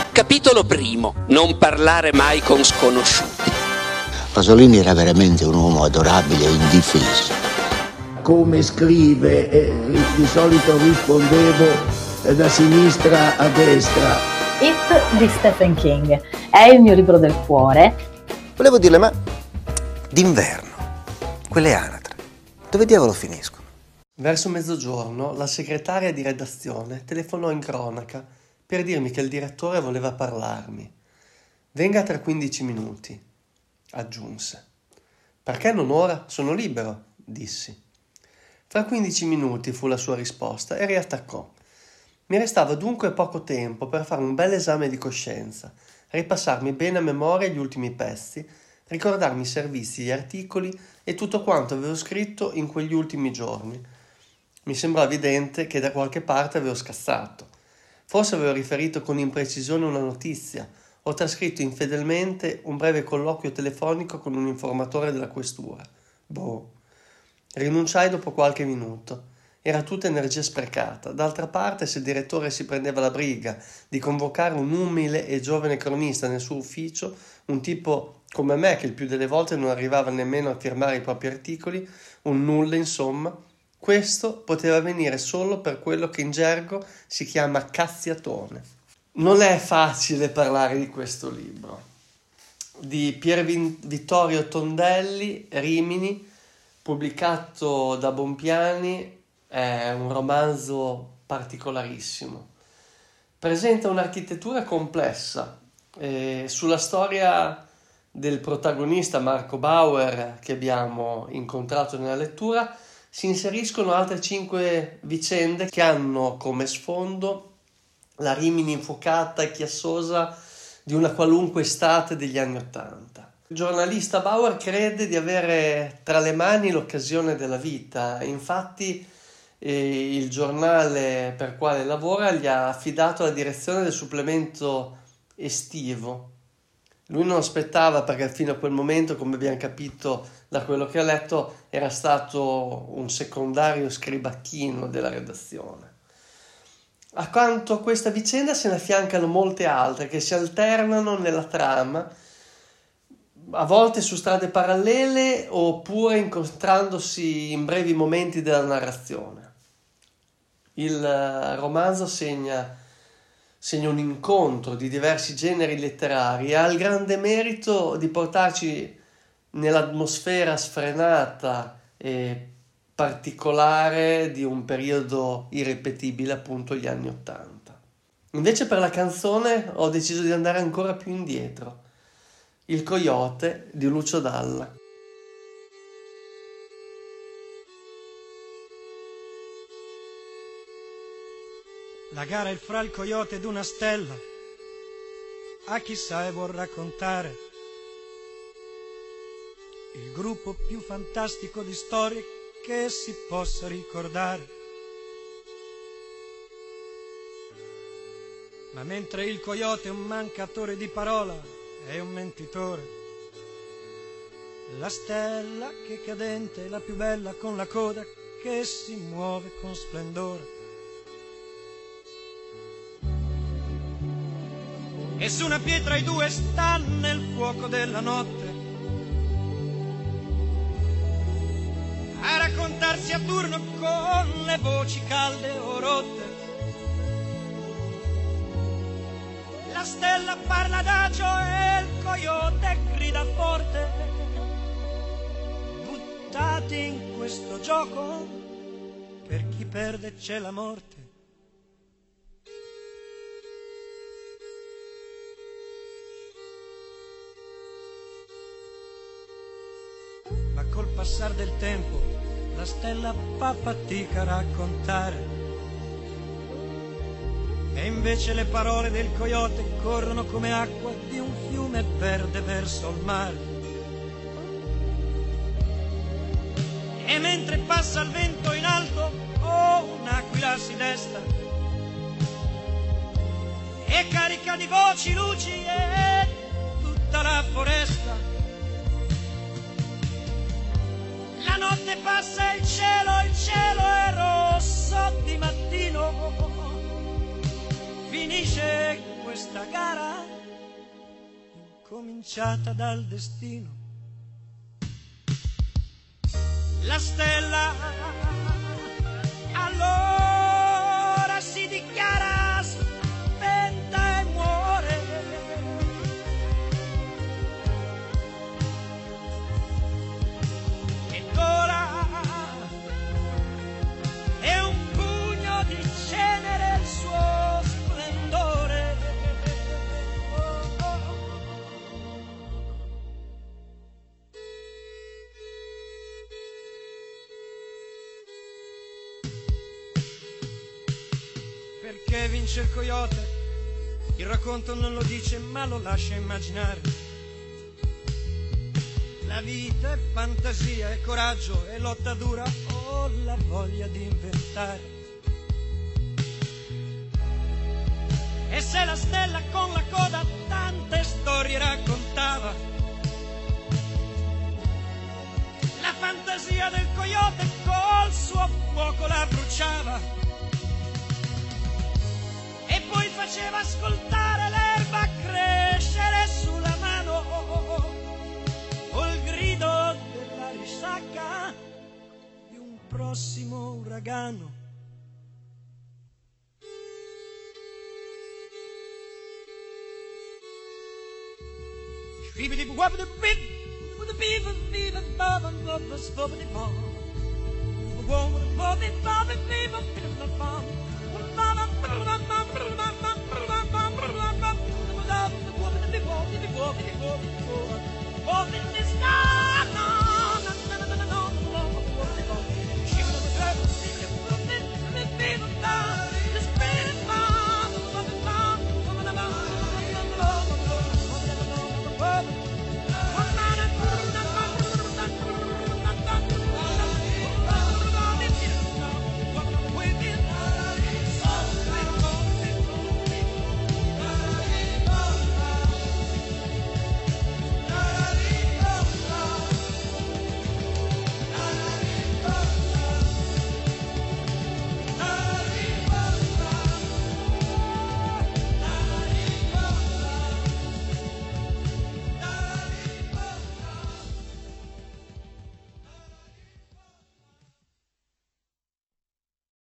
Capitolo primo. Non parlare mai con sconosciuti. Pasolini era veramente un uomo adorabile e indifeso. Come scrive, di solito rispondevo da sinistra a destra. It di Stephen King è il mio libro del cuore. Volevo dirle, ma d'inverno, quelle anatre, dove diavolo finiscono? Verso mezzogiorno la segretaria di redazione telefonò in cronaca per dirmi che il direttore voleva parlarmi. Venga tra 15 minuti, aggiunse. Perché non ora? Sono libero, dissi. Fra 15 minuti fu la sua risposta e riattaccò. Mi restava dunque poco tempo per fare un bel esame di coscienza, ripassarmi bene a memoria gli ultimi pezzi, ricordarmi i servizi, gli articoli e tutto quanto avevo scritto in quegli ultimi giorni. Mi sembrò evidente che da qualche parte avevo scassato. Forse avevo riferito con imprecisione una notizia, o trascritto infedelmente un breve colloquio telefonico con un informatore della questura. Rinunciai dopo qualche minuto. Era tutta energia sprecata. D'altra parte, se il direttore si prendeva la briga di convocare un umile e giovane cronista nel suo ufficio, un tipo come me che il più delle volte non arrivava nemmeno a firmare i propri articoli, un nulla insomma, questo poteva avvenire solo per quello che in gergo si chiama cazziatone. Non è facile parlare di questo libro, di Pier Vittorio Tondelli, Rimini, pubblicato da Bompiani. È un romanzo particolarissimo. Presenta un'architettura complessa. Sulla storia del protagonista Marco Bauer, che abbiamo incontrato nella lettura, si inseriscono altre 5 vicende che hanno come sfondo la Rimini infuocata e chiassosa di una qualunque estate degli anni '80. Il giornalista Bauer crede di avere tra le mani l'occasione della vita, infatti il giornale per quale lavora gli ha affidato la direzione del supplemento estivo. Lui non aspettava, perché fino a quel momento, come abbiamo capito da quello che ha letto, era stato un secondario scribacchino della redazione. Accanto a questa vicenda se ne affiancano molte altre che si alternano nella trama, a volte su strade parallele oppure incontrandosi in brevi momenti della narrazione. Il romanzo segna un incontro di diversi generi letterari e ha il grande merito di portarci nell'atmosfera sfrenata e particolare di un periodo irripetibile, appunto gli anni '80. Invece per la canzone ho deciso di andare ancora più indietro. Il Coyote di Lucio Dalla. La gara è fra il coyote ed una stella, a chi sa e vuol raccontare il gruppo più fantastico di storie che si possa ricordare. Ma mentre il coyote è un mancatore di parola, è un mentitore, la stella che cadente è la più bella con la coda che si muove con splendore. E su una pietra i due stanno nel fuoco della notte a raccontarsi a turno con le voci calde o rotte. La stella parla adagio e il coyote grida forte. Buttati in questo gioco, per chi perde c'è la morte. Ma col passare del tempo la stella fa fatica a raccontare, e invece le parole del coyote corrono come acqua di un fiume verde verso il mare. E mentre passa il vento in alto, un'aquila si desta e carica di voci, luci e tutta la foresta. La notte passa e il cielo è rosso di mattino. Finisce questa gara cominciata dal destino. La stella allora si dichiara spenta e muore. Ed ora è un pugno di cenere il suo splendore. Oh, oh. Perché vince il coyote? Il racconto non lo dice ma lo lascia immaginare. La vita è fantasia, è coraggio, è lotta dura o la voglia di inventare. E se la stella con la coda tante storie raccontava, la fantasia del coyote col suo fuoco la bruciava. E poi faceva ascoltare l'erba crescere sulla mano o il grido della risacca di un prossimo uragano. Bum,